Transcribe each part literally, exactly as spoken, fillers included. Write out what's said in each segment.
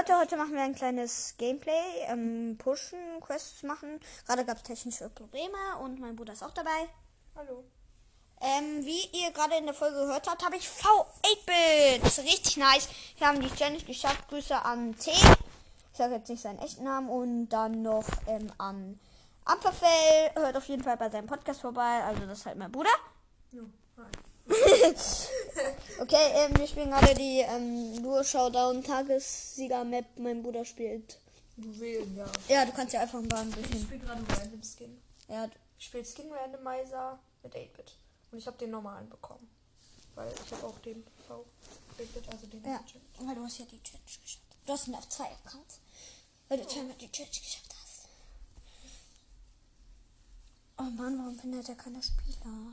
Leute, heute machen wir ein kleines Gameplay, ähm, pushen, Quests machen. Gerade gab es technische Probleme und mein Bruder ist auch dabei. Hallo. Ähm, wie ihr gerade in der Folge gehört habt, habe ich V acht Bit. Das ist richtig nice. Wir haben die Challenge geschafft. Grüße an T. Ich sage jetzt nicht seinen echten Namen. Und dann noch ähm, an Amperfell. Hört auf jeden Fall bei seinem Podcast vorbei. Also das ist halt mein Bruder. Ja, hi. Okay, ähm, wir spielen gerade die ähm, Duo Showdown Tagessieger Map. Mein Bruder spielt. Du wählen, ja. Ja, du kannst ja einfach einen Bahn Ich durchnehmen. spiele gerade Random Skin. Ja, Ich spiele Skin Randomizer mit acht Bit. Und ich habe den normalen bekommen. Weil ich habe auch den V acht Bit, also den ja. Challenge. Weil du hast ja die Challenge geschafft. Du hast ihn auf zwei Accounts. Weil du zweimal die Challenge geschafft hast. Oh Mann, warum findet er keine Spieler?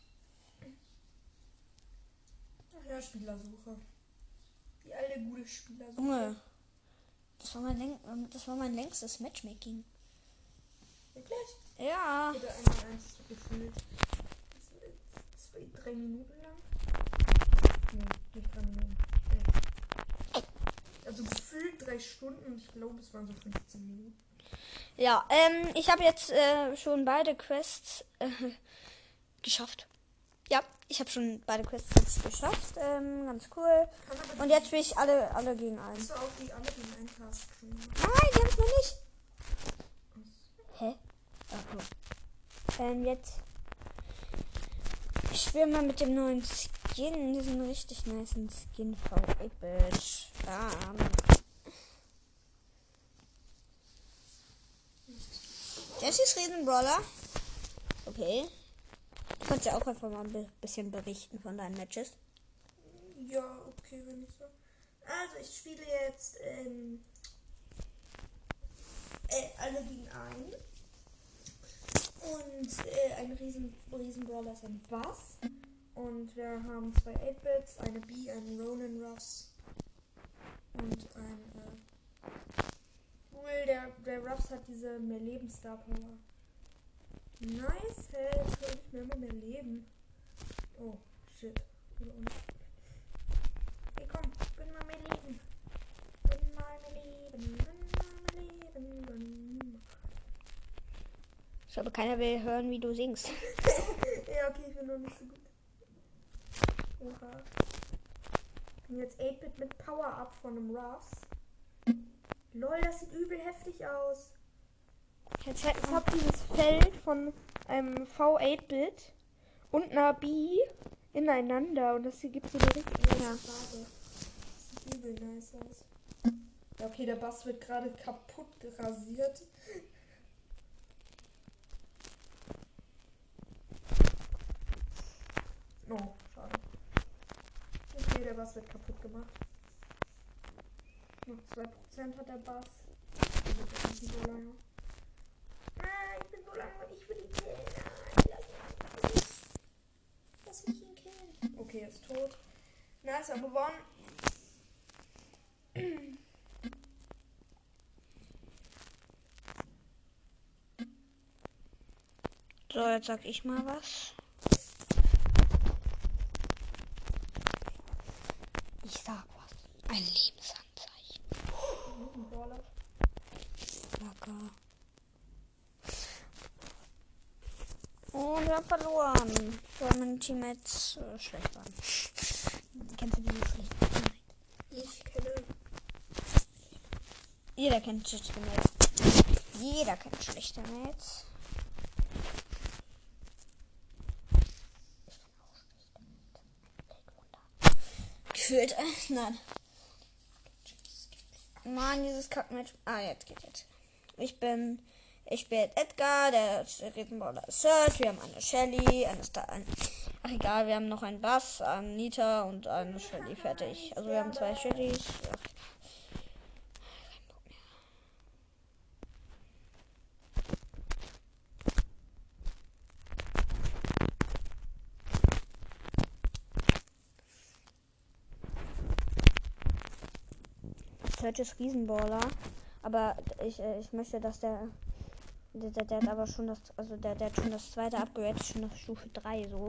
Ach ja, Spielersuche. Die alte gute Spielersuche. Junge, das war mein, Läng das war mein längstes Matchmaking. Wirklich? Ja. Oder einmal eins gefühlt. Das war drei Minuten lang. Nee, nicht drei Minuten. Nee. Also gefühlt drei Stunden und ich glaube, es waren so fünfzehn Minuten. Ja, ähm, ich habe jetzt äh, schon beide Quests äh, geschafft. Ja, ich habe schon beide Quests jetzt geschafft. Ähm, ganz cool. Und jetzt will ich alle, alle gegen einen. Hast du auch die alle gegen einen Task schon gemacht? Nein, die haben es noch nicht. Hä? Ach, gut. Ähm, jetzt. Ich spiele mal mit dem neuen Skin. Diesen richtig nicen Skin V acht Bit. Bam. Jessys Riesenbrawler. Okay. Du kannst ja auch einfach mal ein bisschen berichten von deinen Matches. Ja, okay, wenn ich so. Also, ich spiele jetzt ähm, äh, alle gegen einen. Und äh, ein riesen, riesen Brawler ist ein Bass. Und wir haben zwei acht Bits, eine B, einen Ronin Ruffs und ein äh, cool, der, der Ruffs hat diese mehr Leben Star Power. Nice, hey, jetzt kann ich mir immer mehr Leben. Oh, shit. Oder unten. Hey, komm, gönn mal mehr Leben. Gönn mal mehr Leben, gönn mal mehr Leben, gönn. Ich glaube, keiner will hören, wie du singst. Ja, okay, ich bin noch nicht so gut. Oha. Ich bin jetzt acht Bit mit Power-Up von einem Ruffs. Lol, das sieht übel heftig aus. Jetzt halt Ich habe dieses Feld von einem V acht Bit und einer B ineinander und das hier gibt so eine richtig nice Ja. Farbe. Das sieht übel nice aus. Ja, okay, der Bass wird gerade kaputt rasiert. Oh, schade. Okay, der Bass wird kaputt gemacht. Noch zwei Prozent hat der Bass. Der wird jetzt nicht so lange. Ah, ich bin so langweilig, ich will ihn killen. Nein, lass mich, lass mich ihn killen. Okay, er ist tot. Nice, er gewonnen. So, jetzt sag ich mal was. Ich sag was. Ein Lebensanzeichen. Brawler. Locker. Und wir haben verloren, weil meine Teammates äh, schlecht waren. Kennst du diese schlechten Teammates? Ich kenne. Jeder kennt schlechte Mates. Jeder kennt schlechte Mates. Gefühlt, äh, nein. Mann, dieses Kackmatch. Ah, jetzt geht jetzt. Ich bin, ich bin Edgar, der Riesenbrawler ist Search, wir haben eine Shelly, eine Star, ein, ach egal, wir haben noch einen Bass, einen Nita und eine Shelly, fertig. Also wir haben zwei Shellys. Ach, Search ist Riesenballer, aber ich, äh, ich möchte, dass der, der, der, der hat aber schon das, also der, der hat schon das zweite Upgrade, schon auf Stufe drei so.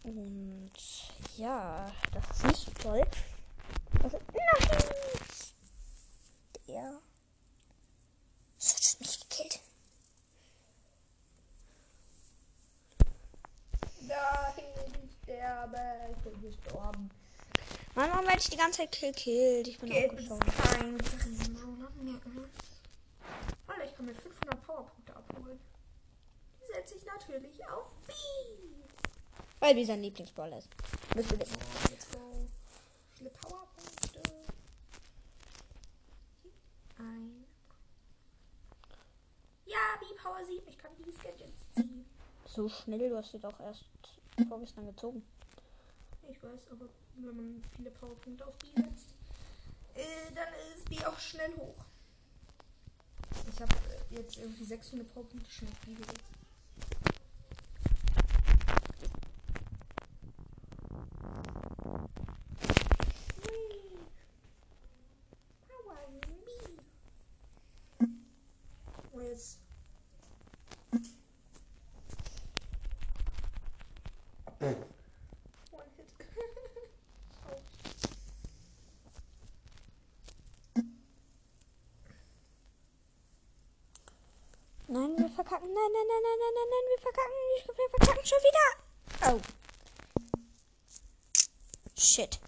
Und ja, das ist nicht so toll. Also, nein! er. Es wird nicht gekillt. Dahin sterbe, ich bin gestorben. Mann, warum werde ich die ganze Zeit gekillt? Ich bin Geht auch es gestorben. kein Riesenbrawler mehr. Alter, ich kann mir fünfhundert Powerpunkte abholen. Die setze ich natürlich auf B. Weil wie sein Lieblingsbrawler ist. Natürlich. Oh, let's go. Viele Powerpunkte. Ein. Ja, B-Power sieben. Ich kann die Gadgets ziehen. So schnell, du hast sie doch erst vorgestern gezogen. Ich weiß, aber wenn man viele Powerpunkte auf B setzt, äh, dann ist B auch schnell hoch. Ich habe äh, jetzt irgendwie sechshundert Powerpunkte schon auf B gesetzt. Oh, jetzt. One hit. Oh. Nein, wir verkacken. Nein, nein, nein, nein, nein, nein, nein, wir verkacken. Wir verkacken schon wieder. Oh. Shit.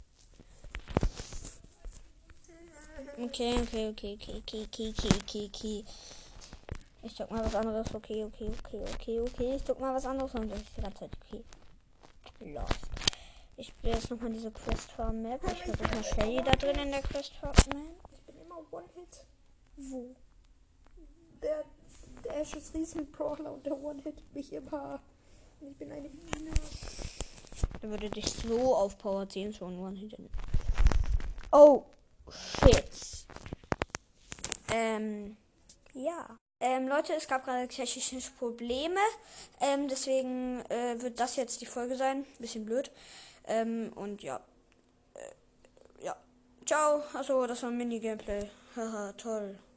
Okay, okay, okay, okay, okay, okay, okay, okay, okay. Ich drück mal was anderes. Okay, okay, okay, okay, okay. Ich drück mal was anderes und ich die ganze Zeit okay. Lost. Ich spiele jetzt nochmal diese Quest-Farm Map. Ich versuche mal Shelly da drin in der Quest-Farm Map. Ich bin immer One-Hit. Wo? Der, der Ash ist Riesen-Brawler und der One-Hit mich immer. Und ich bin eine Biene. Der würde dich so auf Power zehn schon One-Hit. Oh, shit. Ähm, ja. Ähm, Leute, es gab gerade technische Probleme. Ähm, deswegen äh, wird das jetzt die Folge sein. Bisschen blöd. Ähm, und ja. Äh, ja. Ciao. Achso, das war ein Mini-Gameplay. Haha, toll.